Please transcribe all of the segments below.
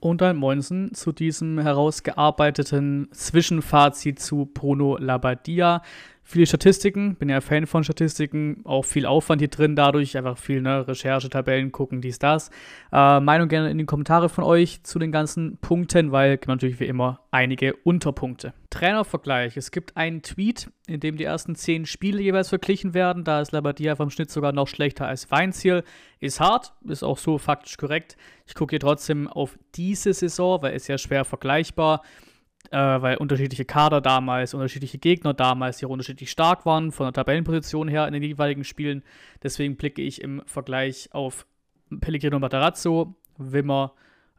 Und ein Moinsen zu diesem herausgearbeiteten Zwischenfazit zu Bruno Labbadia. Viele Statistiken, bin ja Fan von Statistiken, auch viel Aufwand hier drin dadurch, einfach viel Recherche, Tabellen gucken, dies, das. Meinung gerne in die Kommentare von euch zu den ganzen Punkten, weil es gibt natürlich wie immer einige Unterpunkte. Trainervergleich, es gibt einen Tweet, in dem die ersten 10 Spiele jeweils verglichen werden, da ist Labbadia vom Schnitt sogar noch schlechter als Weinzierl. Ist hart, ist auch so faktisch korrekt. Ich gucke hier trotzdem auf diese Saison, weil es ja schwer vergleichbar weil unterschiedliche Kader damals, unterschiedliche Gegner damals, die auch unterschiedlich stark waren, von der Tabellenposition her in den jeweiligen Spielen. Deswegen blicke ich im Vergleich auf Pellegrino Matarazzo, Wimmer,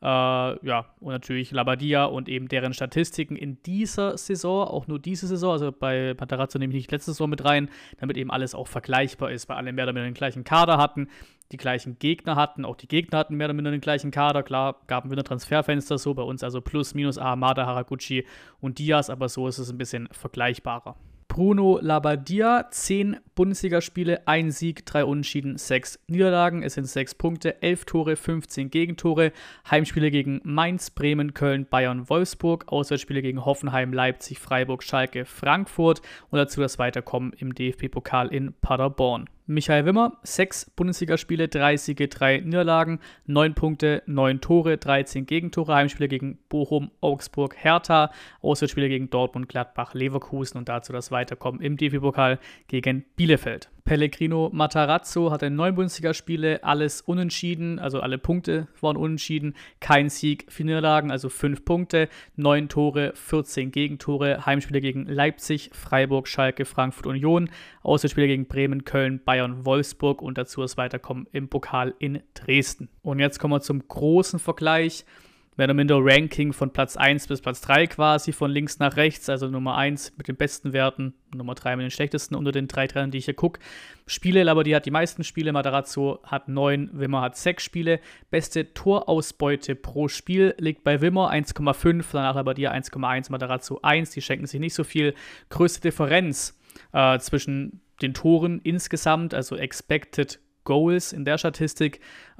und natürlich Labbadia und eben deren Statistiken in dieser Saison, auch nur diese Saison, also bei Matarazzo nehme ich nicht letzte Saison mit rein, damit eben alles auch vergleichbar ist, weil alle mehr oder weniger den gleichen Kader hatten, die gleichen Gegner hatten, auch die Gegner hatten mehr oder weniger den gleichen Kader, klar, gab ein Transferfenster so bei uns, also plus, minus Ahamada, Haraguchi und Diaz, aber so ist es ein bisschen vergleichbarer. Bruno Labbadia, 10 Bundesligaspiele, 1 Sieg, 3 Unentschieden, 6 Niederlagen. Es sind 6 Punkte, 11 Tore, 15 Gegentore. Heimspiele gegen Mainz, Bremen, Köln, Bayern, Wolfsburg. Auswärtsspiele gegen Hoffenheim, Leipzig, Freiburg, Schalke, Frankfurt. Und dazu das Weiterkommen im DFB-Pokal in Paderborn. Michael Wimmer, 6 Bundesligaspiele, 3 Siege, 3 Niederlagen, 9 Punkte, 9 Tore, 13 Gegentore, Heimspiele gegen Bochum, Augsburg, Hertha, Auswärtsspiele gegen Dortmund, Gladbach, Leverkusen und dazu das Weiterkommen im DFB-Pokal gegen Bielefeld. Pellegrino Matarazzo hatte 9 Bundesligaspiele, alles unentschieden, also alle Punkte waren unentschieden, kein Sieg, 4 Niederlagen, also 5 Punkte, 9 Tore, 14 Gegentore, Heimspiele gegen Leipzig, Freiburg, Schalke, Frankfurt, Union, Auswärtsspiele gegen Bremen, Köln, Bayern, Wolfsburg und dazu das Weiterkommen im Pokal in Dresden. Und jetzt kommen wir zum großen Vergleich. Mehr oder minder Ranking von Platz 1 bis Platz 3 quasi, von links nach rechts, also Nummer 1 mit den besten Werten, Nummer 3 mit den schlechtesten unter den 3 Trainern, die ich hier gucke. Spiele, Labbadia hat die meisten Spiele, Matarazzo hat 9, Wimmer hat 6 Spiele. Beste Torausbeute pro Spiel liegt bei Wimmer 1,5, danach Labbadia 1,1, Matarazzo 1, die schenken sich nicht so viel. Größte Differenz zwischen den Toren insgesamt, also Expected Goals in der Statistik,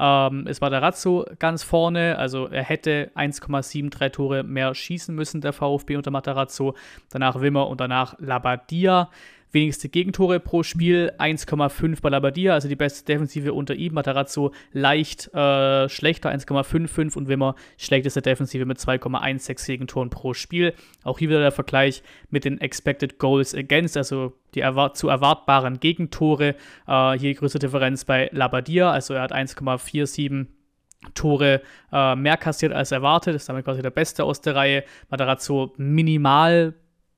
ist Matarazzo ganz vorne, also er hätte 1,73 Tore mehr schießen müssen, der VfB unter Matarazzo, danach Wimmer und danach Labbadia. Wenigste Gegentore pro Spiel, 1,5 bei Labbadia, also die beste Defensive unter ihm. Matarazzo leicht schlechter, 1,55 und Wimmer schlechteste Defensive mit 2,16 Gegentoren pro Spiel. Auch hier wieder der Vergleich mit den Expected Goals Against, also die zu erwartbaren Gegentore. Hier die größte Differenz bei Labbadia, also er hat 1,47 Tore mehr kassiert als erwartet, ist damit quasi der Beste aus der Reihe. Matarazzo minimal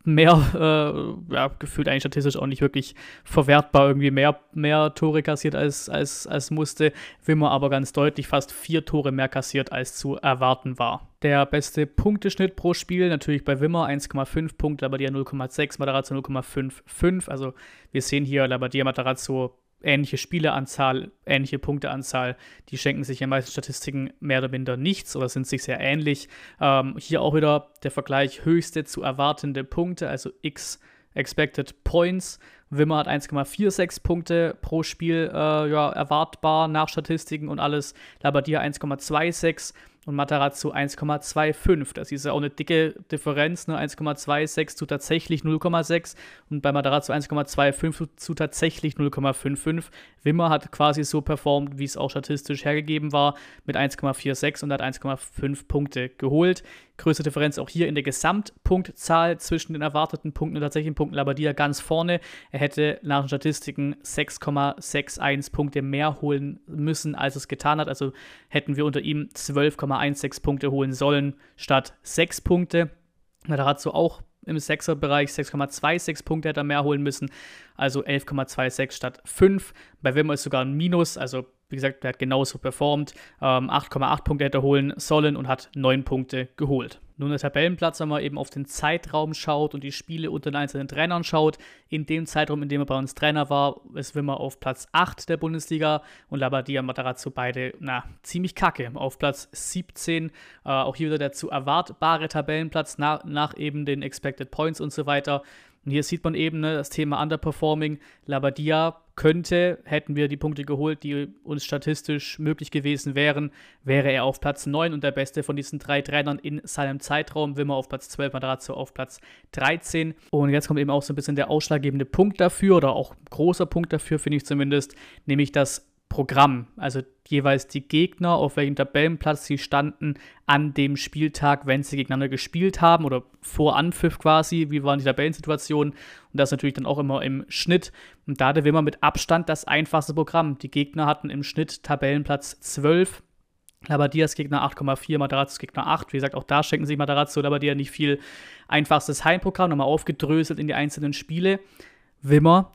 mehr, gefühlt eigentlich statistisch auch nicht wirklich verwertbar, irgendwie mehr Tore kassiert als musste. Wimmer aber ganz deutlich fast 4 Tore mehr kassiert, als zu erwarten war. Der beste Punkteschnitt pro Spiel natürlich bei Wimmer 1,5 Punkte, Labbadia 0,6, Matarazzo 0,55. Also wir sehen hier Labbadia, Matarazzo ähnliche Spieleanzahl, ähnliche Punkteanzahl, die schenken sich in meisten Statistiken mehr oder minder nichts oder sind sich sehr ähnlich. Hier auch wieder der Vergleich höchste zu erwartende Punkte, also X Expected Points. Wimmer hat 1,46 Punkte pro Spiel erwartbar nach Statistiken und alles. Labbadia 1,26 und Matarazzo 1,25. Das ist ja auch eine dicke Differenz, 1,26 zu tatsächlich 0,6 und bei Matarazzo 1,25 zu tatsächlich 0,55. Wimmer hat quasi so performt, wie es auch statistisch hergegeben war, mit 1,46 und hat 1,5 Punkte geholt. Größte Differenz auch hier in der Gesamtpunktzahl zwischen den erwarteten Punkten und tatsächlichen Punkten. Labbadia ganz vorne. Er hätte nach den Statistiken 6,61 Punkte mehr holen müssen, als es getan hat. Also hätten wir unter ihm 12,16 Punkte holen sollen, statt 6 Punkte. Matarazzo auch im 6er-Bereich, 6,26 Punkte hätte er mehr holen müssen, also 11,26 statt 5. Bei Wimmer ist sogar ein Minus, also wie gesagt, der hat genauso performt. 8,8 Punkte hätte er holen sollen und hat 9 Punkte geholt. Nun der Tabellenplatz, wenn man eben auf den Zeitraum schaut und die Spiele unter den einzelnen Trainern schaut. In dem Zeitraum, in dem er bei uns Trainer war, ist Wimmer auf Platz 8 der Bundesliga und Labbadia und Matarazzo beide, ziemlich kacke. Auf Platz 17, auch hier wieder der zu erwartbare Tabellenplatz nach eben den Expected Points und so weiter. Und hier sieht man eben das Thema Underperforming. Labbadia könnte, hätten wir die Punkte geholt, die uns statistisch möglich gewesen wären, wäre er auf Platz 9 und der Beste von diesen 3 Trainern in seinem Zeitraum. Wimmer auf Platz 12, Matarazzo auf Platz 13. Und jetzt kommt eben auch so ein bisschen der ausschlaggebende Punkt dafür, oder auch ein großer Punkt dafür, finde ich zumindest, nämlich das Programm, also jeweils die Gegner, auf welchem Tabellenplatz sie standen an dem Spieltag, wenn sie gegeneinander gespielt haben oder vor Anpfiff quasi, wie waren die Tabellensituationen, und das natürlich dann auch immer im Schnitt. Und da hatte Wimmer mit Abstand das einfachste Programm. Die Gegner hatten im Schnitt Tabellenplatz 12, Labadia Gegner 8,4, Matarazzo Gegner 8. Wie gesagt, auch da schenken sich Matarazzo und Labadia nicht viel. Einfachstes Heimprogramm, nochmal aufgedröselt in die einzelnen Spiele. Wimmer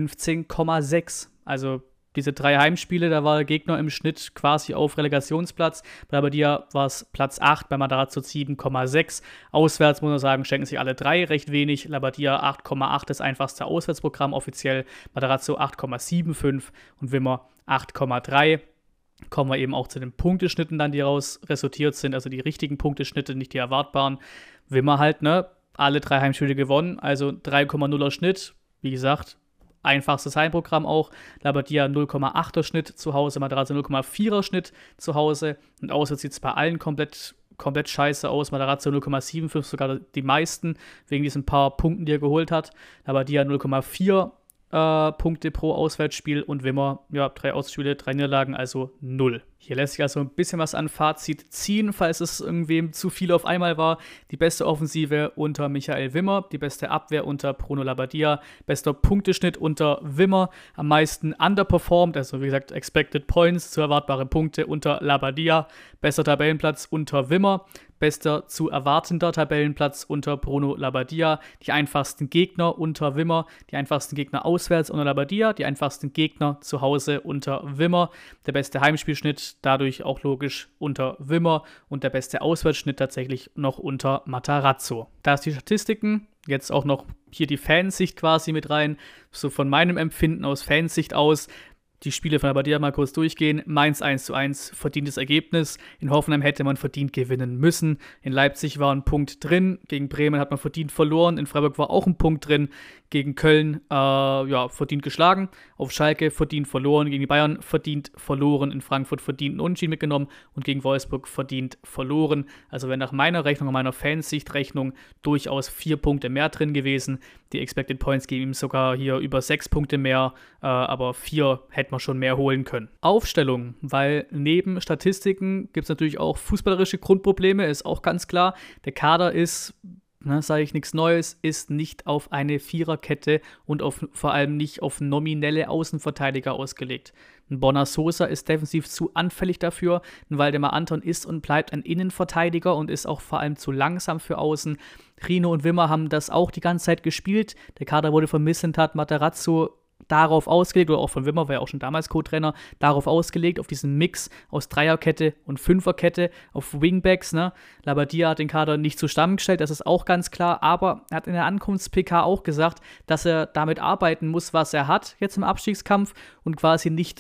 15,6, also diese 3 Heimspiele, da war der Gegner im Schnitt quasi auf Relegationsplatz. Bei Labadia war es Platz 8, bei Matarazzo 7,6. Auswärts, muss man sagen, schenken sich alle 3 recht wenig. Labadia 8,8, das einfachste Auswärtsprogramm offiziell. Matarazzo 8,75 und Wimmer 8,3. Kommen wir eben auch zu den Punkteschnitten dann, die daraus resultiert sind. Also die richtigen Punkteschnitte, nicht die erwartbaren. Wimmer halt, ne? Alle 3 Heimspiele gewonnen, also 3,0er Schnitt. Wie gesagt, einfachstes Heimprogramm auch. Labadia 0,8er Schnitt zu Hause, Matarazzo 0,4er Schnitt zu Hause. Und auswärts sieht es bei allen komplett scheiße aus. Matarazzo 0,75, sogar die meisten, wegen diesen paar Punkten, die er geholt hat. Labadia 0,4 Punkte pro Auswärtsspiel und Wimmer, ja, 3 Auswärtsspiele, 3 Niederlagen, also 0. Hier lässt sich also ein bisschen was an Fazit ziehen, falls es irgendwem zu viel auf einmal war. Die beste Offensive unter Michael Wimmer, die beste Abwehr unter Bruno Labbadia, bester Punkteschnitt unter Wimmer, am meisten underperformed, also wie gesagt Expected Points zu erwartbare Punkte unter Labbadia, bester Tabellenplatz unter Wimmer, bester zu erwartender Tabellenplatz unter Bruno Labbadia, die einfachsten Gegner unter Wimmer, die einfachsten Gegner auswärts unter Labbadia, die einfachsten Gegner zu Hause unter Wimmer, der beste Heimspielschnitt dadurch auch logisch unter Wimmer und der beste Auswärtsschnitt tatsächlich noch unter Matarazzo. Da ist die Statistiken, jetzt auch noch hier die Fansicht quasi mit rein, so von meinem Empfinden aus Fansicht aus. Die Spiele von Labadia mal kurz durchgehen. Mainz 1:1, verdientes Ergebnis. In Hoffenheim hätte man verdient gewinnen müssen. In Leipzig war ein Punkt drin. Gegen Bremen hat man verdient verloren. In Freiburg war auch ein Punkt drin. Gegen Köln, verdient geschlagen. Auf Schalke verdient verloren. Gegen die Bayern verdient verloren. In Frankfurt verdient einen Unentschieden mitgenommen. Und gegen Wolfsburg verdient verloren. Also wäre nach meiner Rechnung, meiner Fansicht-Rechnung durchaus 4 Punkte mehr drin gewesen. Die Expected Points geben ihm sogar hier über 6 Punkte mehr. Aber 4 hätte man schon mehr holen können. Aufstellung, weil neben Statistiken gibt es natürlich auch fußballerische Grundprobleme, ist auch ganz klar. Der Kader ist, sage ich nichts Neues, ist nicht auf eine Viererkette und vor allem nicht auf nominelle Außenverteidiger ausgelegt. Ein Borna Sosa ist defensiv zu anfällig dafür, ein Waldemar Anton ist und bleibt ein Innenverteidiger und ist auch vor allem zu langsam für außen. Rino und Wimmer haben das auch die ganze Zeit gespielt. Der Kader wurde von Mislintat, Matarazzo darauf ausgelegt, oder auch von Wimmer, war ja auch schon damals Co-Trainer, darauf ausgelegt, auf diesen Mix aus Dreierkette und Fünferkette, auf Wingbacks, ne? Labbadia hat den Kader nicht zusammengestellt, das ist auch ganz klar, aber er hat in der Ankunfts-PK auch gesagt, dass er damit arbeiten muss, was er hat jetzt im Abstiegskampf und quasi nicht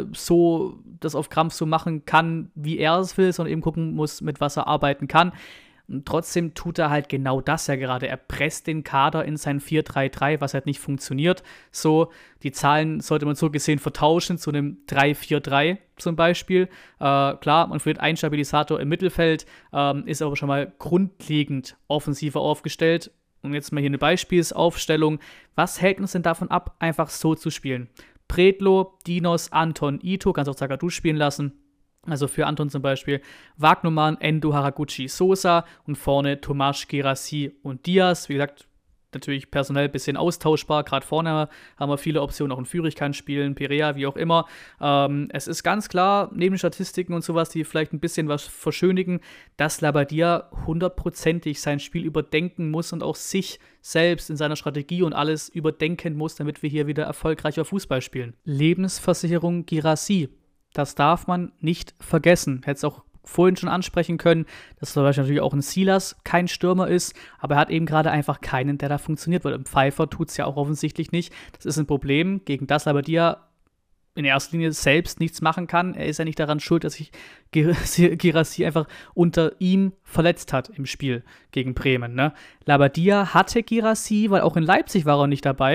so das auf Krampf so machen kann, wie er es will, sondern eben gucken muss, mit was er arbeiten kann. Und trotzdem tut er halt genau das ja gerade. Er presst den Kader in sein 4-3-3, was halt nicht funktioniert. So, die Zahlen sollte man so gesehen vertauschen zu einem 3-4-3 zum Beispiel. Klar, man verliert einen Stabilisator im Mittelfeld, ist aber schon mal grundlegend offensiver aufgestellt. Und jetzt mal hier eine Beispielsaufstellung. Was hält uns denn davon ab, einfach so zu spielen? Predlo, Dinos, Anton, Ito, kannst auch Zagadou spielen lassen. Also für Anton zum Beispiel Wagnumann, Endo, Haraguchi, Sosa und vorne Tomáš, Guirassy und Diaz. Wie gesagt, natürlich personell ein bisschen austauschbar. Gerade vorne haben wir viele Optionen, auch in Führig kann spielen, Perea, wie auch immer. Es ist ganz klar, neben Statistiken und sowas, die vielleicht ein bisschen was verschönigen, dass Labbadia 100%ig sein Spiel überdenken muss und auch sich selbst in seiner Strategie und alles überdenken muss, damit wir hier wieder erfolgreicher Fußball spielen. Lebensversicherung Guirassy. Das darf man nicht vergessen. Hätte es auch vorhin schon ansprechen können, dass zum Beispiel natürlich auch ein Silas kein Stürmer ist, aber er hat eben gerade einfach keinen, der da funktioniert, weil im Pfeiffer tut es ja auch offensichtlich nicht. Das ist ein Problem, gegen das Labbadia in erster Linie selbst nichts machen kann. Er ist ja nicht daran schuld, dass sich Guirassy einfach unter ihm verletzt hat im Spiel gegen Bremen. Ne? Labbadia hatte Guirassy, weil auch in Leipzig war er nicht dabei.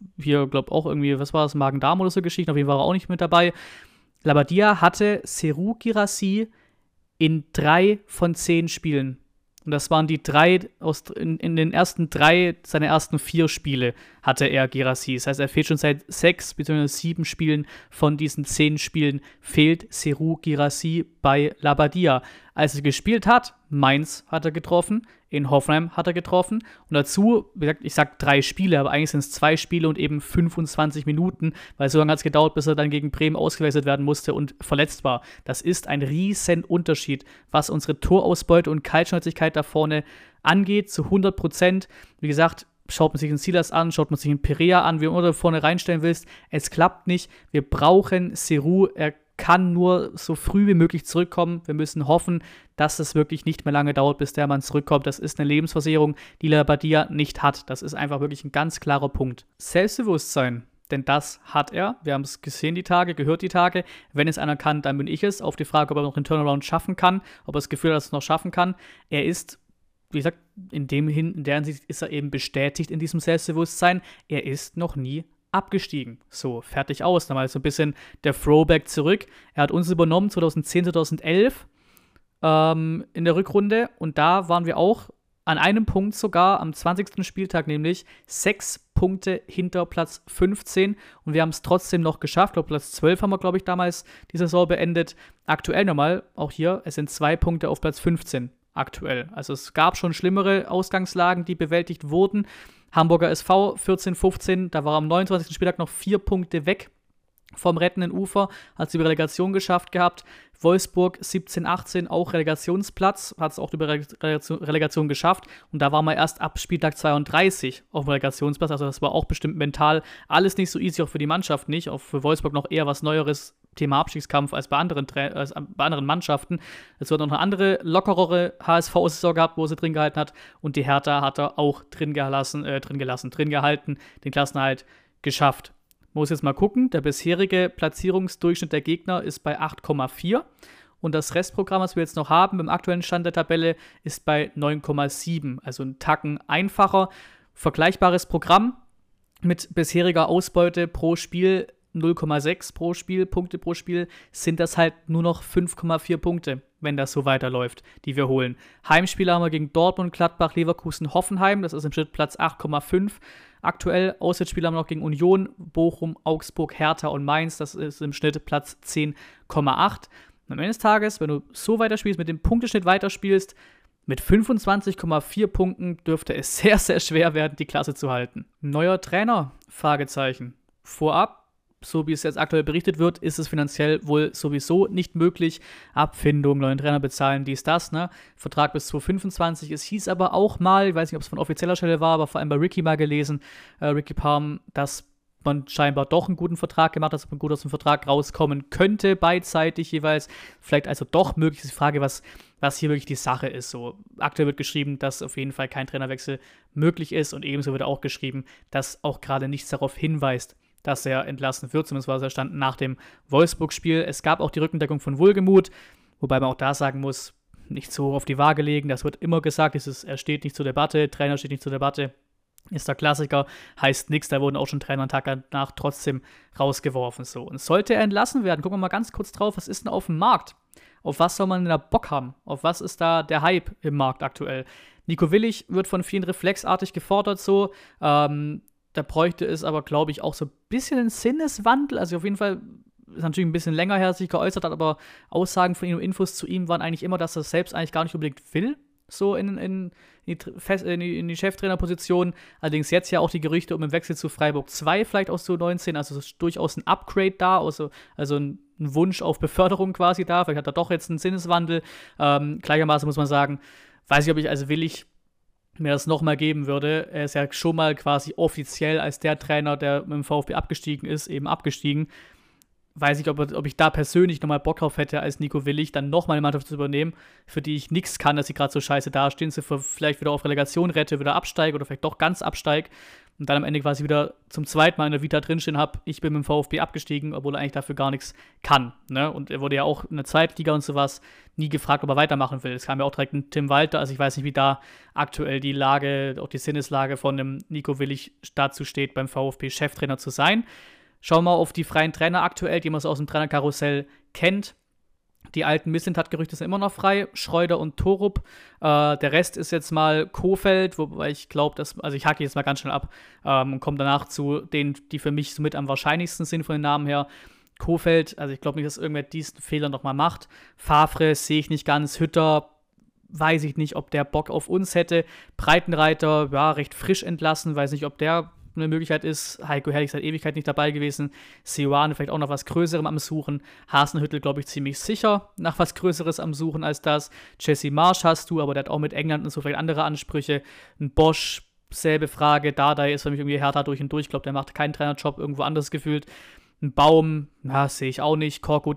hier, glaube auch irgendwie, was war das, Magen-Darm oder so Geschichten, auf jeden Fall war er auch nicht mit dabei. Labadia hatte Serhou Guirassy in 3 von 10 Spielen. Und das waren die 3 in den ersten 3 seiner ersten 4 Spiele hatte er Guirassy. Das heißt, er fehlt schon seit 6 bzw. 7 Spielen von diesen 10 Spielen fehlt Serhou Guirassy bei Labadia. Als er gespielt hat, Mainz hat er getroffen, in Hoffenheim hat er getroffen und dazu, wie gesagt, ich sag 3 Spiele, aber eigentlich sind es 2 Spiele und eben 25 Minuten, weil so lange hat es gedauert, bis er dann gegen Bremen ausgewechselt werden musste und verletzt war. Das ist ein riesen Unterschied, was unsere Torausbeute und Kaltschnäuzigkeit da vorne angeht, zu 100%. Wie gesagt, schaut man sich den Silas an, schaut man sich den Perea an, wie du da vorne reinstellen willst, es klappt nicht. Wir brauchen Serhou, er kann nur so früh wie möglich zurückkommen. Wir müssen hoffen, dass es wirklich nicht mehr lange dauert, bis der Mann zurückkommt. Das ist eine Lebensversicherung, die Labadia nicht hat. Das ist einfach wirklich ein ganz klarer Punkt. Selbstbewusstsein, denn das hat er. Wir haben es gesehen die Tage, gehört die Tage. Wenn es einer kann, dann bin ich es. Auf die Frage, ob er noch den Turnaround schaffen kann, ob er das Gefühl hat, dass er es noch schaffen kann. Er ist, wie gesagt, in der Hinsicht ist er eben bestätigt in diesem Selbstbewusstsein. Er ist noch nie abgestiegen. So, fertig aus. Dann mal so ein bisschen der Throwback zurück. Er hat uns übernommen 2010, 2011 in der Rückrunde und da waren wir auch an einem Punkt sogar am 20. Spieltag, nämlich 6 Punkte hinter Platz 15 und wir haben es trotzdem noch geschafft. Ich glaube, Platz 12 haben wir, glaube ich, damals die Saison beendet. Aktuell nochmal, auch hier, es sind 2 Punkte auf Platz 15 aktuell. Also es gab schon schlimmere Ausgangslagen, die bewältigt wurden. Hamburger SV 14-15, da war am 29. Spieltag noch 4 Punkte weg vom rettenden Ufer, hat es über Relegation geschafft gehabt. Wolfsburg 17-18, auch Relegationsplatz, hat es auch über Relegation geschafft. Und da waren wir erst ab Spieltag 32 auf dem Relegationsplatz. Also das war auch bestimmt mental alles nicht so easy, auch für die Mannschaft nicht. Auch für Wolfsburg noch eher was Neueres, Thema Abstiegskampf, als bei anderen Mannschaften. Es wird noch eine andere, lockerere HSV-Saison gehabt, wo sie drin gehalten hat. Und die Hertha hat er auch drin gehalten, den Klassenerhalt geschafft. Muss jetzt mal gucken, der bisherige Platzierungsdurchschnitt der Gegner ist bei 8,4 und das Restprogramm, was wir jetzt noch haben, im aktuellen Stand der Tabelle, ist bei 9,7, also ein Tacken einfacher. Vergleichbares Programm mit bisheriger Ausbeute pro Spiel 0,6 pro Spiel, Punkte pro Spiel, sind das halt nur noch 5,4 Punkte, wenn das so weiterläuft, die wir holen. Heimspiele haben wir gegen Dortmund, Gladbach, Leverkusen, Hoffenheim, das ist im Schnitt Platz 8,5. Aktuell Auswärtsspiele haben wir noch gegen Union, Bochum, Augsburg, Hertha und Mainz, das ist im Schnitt Platz 10,8. Am Ende des Tages, wenn du so weiterspielst, mit dem Punkteschnitt weiterspielst, mit 25,4 Punkten dürfte es sehr, sehr schwer werden, die Klasse zu halten. Neuer Trainer? Fragezeichen. Vorab, so wie es jetzt aktuell berichtet wird, ist es finanziell wohl sowieso nicht möglich. Abfindung, neuen Trainer bezahlen, dies, das, ne? Vertrag bis 2025. Es hieß aber auch mal, ich weiß nicht, ob es von offizieller Stelle war, aber vor allem bei Ricky mal gelesen, Ricky Palm, dass man scheinbar doch einen guten Vertrag gemacht hat, dass man gut aus dem Vertrag rauskommen könnte, beidseitig jeweils. Vielleicht also doch möglich ist die Frage, was hier wirklich die Sache ist. So, aktuell wird geschrieben, dass auf jeden Fall kein Trainerwechsel möglich ist und ebenso wird auch geschrieben, dass auch gerade nichts darauf hinweist, dass er entlassen wird, zumindest war es Stand nach dem Wolfsburg-Spiel. Es gab auch die Rückendeckung von Wohlgemuth, wobei man auch da sagen muss, nicht so auf die Waage legen, das wird immer gesagt, er steht nicht zur Debatte, Trainer steht nicht zur Debatte, ist der Klassiker, heißt nichts, da wurden auch schon Trainer einen Tag danach trotzdem rausgeworfen. So. Und sollte er entlassen werden, gucken wir mal ganz kurz drauf, was ist denn auf dem Markt? Auf was soll man denn da Bock haben? Auf was ist da der Hype im Markt aktuell? Nico Willig wird von vielen reflexartig gefordert so, da bräuchte es aber, glaube ich, auch so ein bisschen einen Sinneswandel. Also auf jeden Fall ist natürlich ein bisschen länger her, dass sich geäußert hat, aber Aussagen von ihm und Infos zu ihm waren eigentlich immer, dass er es selbst eigentlich gar nicht unbedingt will, so in die Cheftrainerposition. Allerdings jetzt ja auch die Gerüchte um den Wechsel zu Freiburg 2 vielleicht aus zu 19, also es ist durchaus ein Upgrade da, also ein Wunsch auf Beförderung quasi da. Vielleicht hat er doch jetzt einen Sinneswandel. Gleichermaßen muss man sagen, weiß ich, ob ich also Willig mir das nochmal geben würde. Er ist ja schon mal quasi offiziell als der Trainer, der mit dem VfB abgestiegen ist, eben abgestiegen. weiß ich, ob ich da persönlich nochmal Bock drauf hätte, als Nico Willig dann nochmal eine Mannschaft zu übernehmen, für die ich nichts kann, dass sie gerade so scheiße dastehen, sie vielleicht wieder auf Relegation rette, wieder absteige oder vielleicht doch ganz absteige und dann am Ende quasi wieder zum zweiten Mal in der Vita drinstehen habe, ich bin mit dem VfB abgestiegen, obwohl er eigentlich dafür gar nichts kann. Ne? Und er wurde ja auch in der Zweitliga und sowas nie gefragt, ob er weitermachen will. Es kam ja auch direkt ein Tim Walter, also ich weiß nicht, wie da aktuell die Lage, auch die Sinneslage von dem Nico Willig dazu steht, beim VfB Cheftrainer zu sein. Schauen wir mal auf die freien Trainer aktuell, die man so aus dem Trainerkarussell kennt. Die alten Mislintat-Gerüchte sind immer noch frei, Schreuder und Torup. Der Rest ist jetzt mal Kohfeldt, wobei ich glaube, also ich hacke jetzt mal ganz schnell ab und komme danach zu denen, die für mich somit am wahrscheinlichsten sind von den Namen her. Kohfeldt, also ich glaube nicht, dass irgendwer diesen Fehler nochmal macht. Favre sehe ich nicht ganz. Hütter, weiß ich nicht, ob der Bock auf uns hätte. Breitenreiter, ja, recht frisch entlassen, weiß nicht, ob der eine Möglichkeit ist. Heiko Herrlich seit Ewigkeit nicht dabei gewesen. Seoane vielleicht auch noch was Größerem am Suchen. Hasenhüttl, glaube ich, ziemlich sicher nach was Größeres am Suchen als das. Jesse Marsch hast du, aber der hat auch mit England und so vielleicht andere Ansprüche. Ein Bosch, selbe Frage. Dardai ist für mich irgendwie härter durch und durch. Ich glaube, der macht keinen Trainerjob irgendwo anders gefühlt. Ein Baum, ja, sehe ich auch nicht. Korkut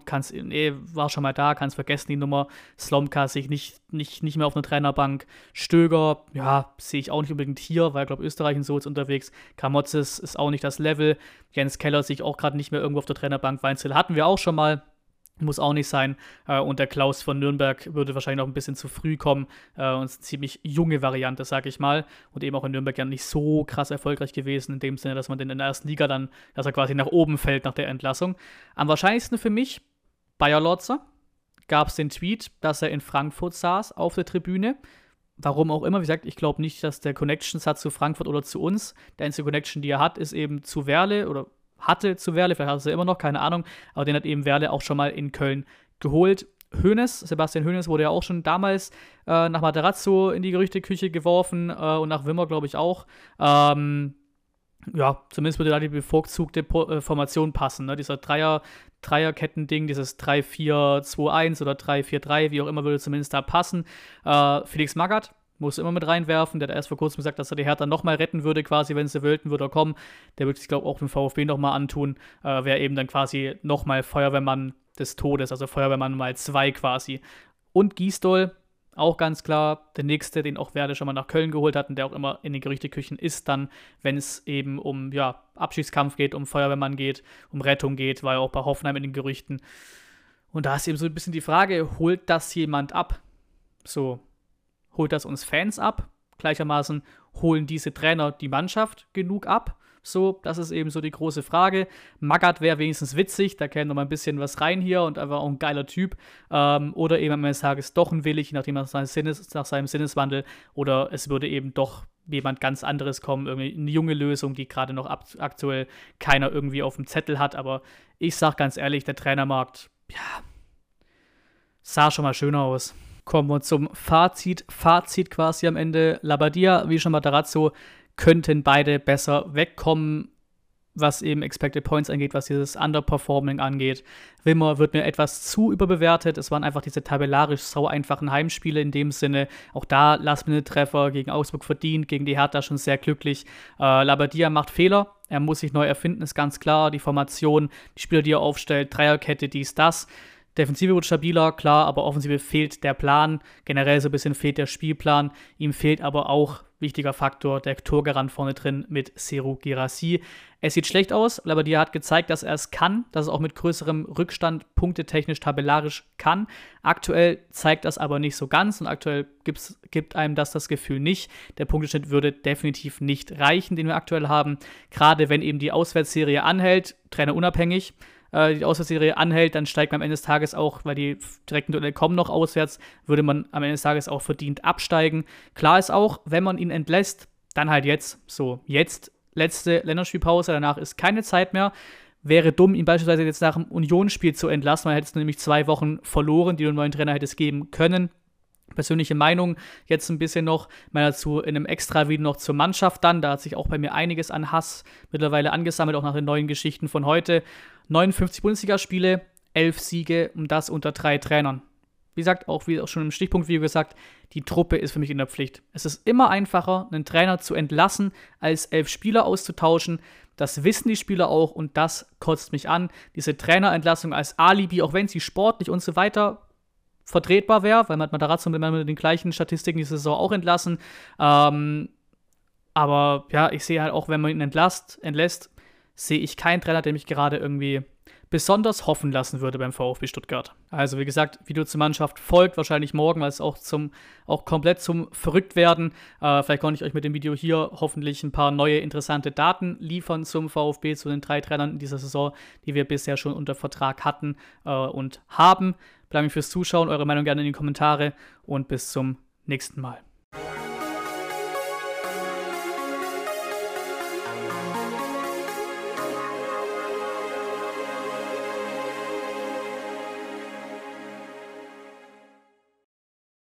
war schon mal da, kannst vergessen die Nummer. Slomka sehe ich nicht mehr auf einer Trainerbank. Stöger, ja, sehe ich auch nicht unbedingt hier, weil ich glaube, Österreich und so ist unterwegs. Kramotzes ist auch nicht das Level. Jens Keller sehe ich auch gerade nicht mehr irgendwo auf der Trainerbank. Weinzel hatten wir auch schon mal. Muss auch nicht sein. Und der Klaus von Nürnberg würde wahrscheinlich noch ein bisschen zu früh kommen. Und ist eine ziemlich junge Variante, sag ich mal. Und eben auch in Nürnberg ja nicht so krass erfolgreich gewesen, in dem Sinne, dass man den in der ersten Liga dann, dass er quasi nach oben fällt nach der Entlassung. Am wahrscheinlichsten für mich, Bayer Lorzer, gab es den Tweet, dass er in Frankfurt saß auf der Tribüne. Warum auch immer, wie gesagt, ich glaube nicht, dass der Connections hat zu Frankfurt oder zu uns. Der einzige Connection, die er hat, ist eben zu Werle oder hatte zu Werle, vielleicht hat er immer noch, keine Ahnung, aber den hat eben Werle auch schon mal in Köln geholt. Sebastian Hoeneß wurde ja auch schon damals nach Matarazzo in die Gerüchteküche geworfen und nach Wimmer, glaube ich, auch. Ja, zumindest würde da die bevorzugte Formation passen, ne? Dieser Dreierketten-Ding, dieses 3-4-2-1 oder 3-4-3, wie auch immer, würde zumindest da passen. Felix Magath muss immer mit reinwerfen. Der hat erst vor kurzem gesagt, dass er die Hertha nochmal retten würde, quasi, wenn sie wollten, würde er kommen. Der würde sich, glaube ich, auch dem VfB nochmal antun. Wäre eben dann quasi nochmal Feuerwehrmann des Todes, also Feuerwehrmann mal 2 quasi. Und Gisdol, auch ganz klar, der nächste, den auch Werder schon mal nach Köln geholt hat und der auch immer in den Gerüchteküchen ist dann, wenn es eben um Abschiedskampf geht, um Feuerwehrmann geht, um Rettung geht, war ja auch bei Hoffenheim in den Gerüchten. Und da ist eben so ein bisschen die Frage, holt das jemand ab? So, holt das uns Fans ab? Gleichermaßen holen diese Trainer die Mannschaft genug ab? So, das ist eben so die große Frage. Magath wäre wenigstens witzig, da käme noch mal ein bisschen was rein hier und einfach auch ein geiler Typ. Oder eben am Ende des Tages doch ein Willig, nachdem nach seinem Sinneswandel. Oder es würde eben doch jemand ganz anderes kommen, irgendwie eine junge Lösung, die gerade noch aktuell keiner irgendwie auf dem Zettel hat. Aber ich sag ganz ehrlich, der Trainermarkt, ja, sah schon mal schöner aus. Kommen wir zum Fazit. Fazit quasi am Ende. Labadia, wie schon Matarazzo, könnten beide besser wegkommen, was eben Expected Points angeht, was dieses Underperforming angeht. Wimmer wird mir etwas zu überbewertet. Es waren einfach diese tabellarisch sau einfachen Heimspiele in dem Sinne. Auch da Last-Minute-Treffer gegen Augsburg verdient, gegen die Hertha schon sehr glücklich. Labadia macht Fehler. Er muss sich neu erfinden, ist ganz klar. Die Formation, die Spieler, die er aufstellt, Dreierkette, dies, das. Defensive wird stabiler, klar, aber Offensive fehlt der Plan. Generell so ein bisschen fehlt der Spielplan. Ihm fehlt aber auch, wichtiger Faktor, der Torgarant vorne drin mit Serhou Guirassy. Es sieht schlecht aus, Labadia hat gezeigt, dass er es kann, dass er auch mit größerem Rückstand punktetechnisch tabellarisch kann. Aktuell zeigt das aber nicht so ganz und aktuell gibt einem das Gefühl nicht. Der Punkteschnitt würde definitiv nicht reichen, den wir aktuell haben. Gerade wenn eben die Auswärtsserie anhält, trainerunabhängig, die Auswärtsserie anhält, dann steigt man am Ende des Tages auch, weil die direkten Duelle kommen noch auswärts, würde man am Ende des Tages auch verdient absteigen. Klar ist auch, wenn man ihn entlässt, dann halt jetzt. So, jetzt letzte Länderspielpause, danach ist keine Zeit mehr. Wäre dumm, ihn beispielsweise jetzt nach dem Unionsspiel zu entlassen, man hätte es nämlich 2 Wochen verloren, die du einen neuen Trainer hättest geben können. Persönliche Meinung jetzt ein bisschen noch, mal dazu in einem Extra-Video noch zur Mannschaft dann, da hat sich auch bei mir einiges an Hass mittlerweile angesammelt, auch nach den neuen Geschichten von heute. 59 Bundesligaspiele, 11 Siege und das unter 3 Trainern. wie gesagt, auch wie auch schon im Stichpunktvideo gesagt, die Truppe ist für mich in der Pflicht. Es ist immer einfacher, einen Trainer zu entlassen, als 11 Spieler auszutauschen. Das wissen die Spieler auch und das kotzt mich an. Diese Trainerentlassung als Alibi, auch wenn sie sportlich und so weiter vertretbar wäre, weil man hat Matarazzo mit den gleichen Statistiken diese Saison auch entlassen. Aber ja, ich sehe halt auch, wenn man ihn entlässt, sehe ich keinen Trainer, der mich gerade irgendwie besonders hoffen lassen würde beim VfB Stuttgart. Also wie gesagt, Video zur Mannschaft folgt wahrscheinlich morgen, weil es auch komplett zum Verrücktwerden. Vielleicht konnte ich euch mit dem Video hier hoffentlich ein paar neue interessante Daten liefern zum VfB, zu den 3 Trainern in dieser Saison, die wir bisher schon unter Vertrag hatten und haben. Bleiben fürs Zuschauen, eure Meinung gerne in die Kommentare und bis zum nächsten Mal.